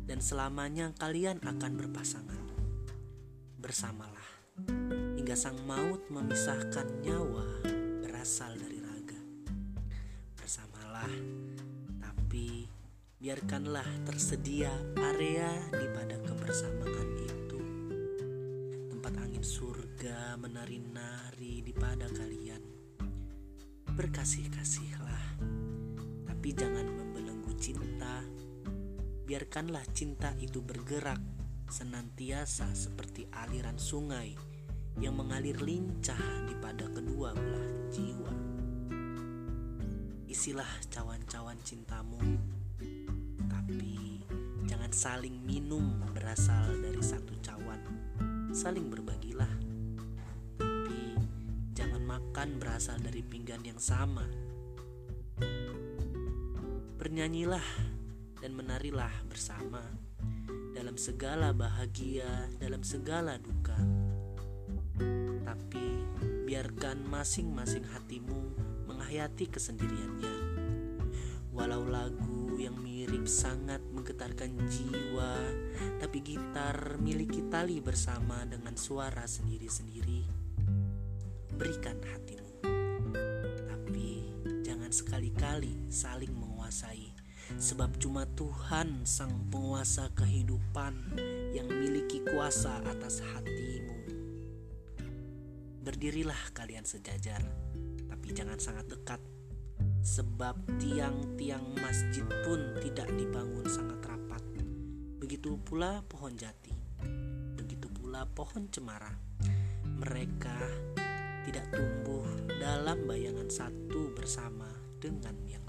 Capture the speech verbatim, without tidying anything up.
dan selamanya kalian akan berpasangan. Bersamalah hingga sang maut memisahkan nyawa berasal dari raga. Bersamalah, tapi biarkanlah tersedia area di pada kebersamaan itu, tempat angin surga menari-nari di pada kalian. Berkasih-kasihlah, tapi jangan membelenggu cinta. Biarkanlah cinta itu bergerak senantiasa seperti aliran sungai yang mengalir lincah di pada kedua belah jiwa. Isilah cawan-cawan cintamu, tapi jangan saling minum berasal dari satu cawan. Saling berbagilah, tapi jangan makan berasal dari pinggan yang sama. Bernyanyilah dan menarilah bersama dalam segala bahagia, dalam segala duka. Tapi biarkan masing-masing hatimu menghayati kesendiriannya. Walau lagu yang mirip sangat menggetarkan jiwa, tapi gitar miliki tali bersama dengan suara sendiri-sendiri. Berikan hatimu, tapi jangan sekali-kali saling menguasai, sebab cuma Tuhan sang penguasa kehidupan yang memiliki kuasa atas hatimu. Berdirilah kalian sejajar, tapi jangan sangat dekat, sebab tiang-tiang masjid pun tidak dibangun sangat rapat. Begitu pula pohon jati, begitu pula pohon cemara. Mereka tidak tumbuh dalam bayangan satu bersama dengan yang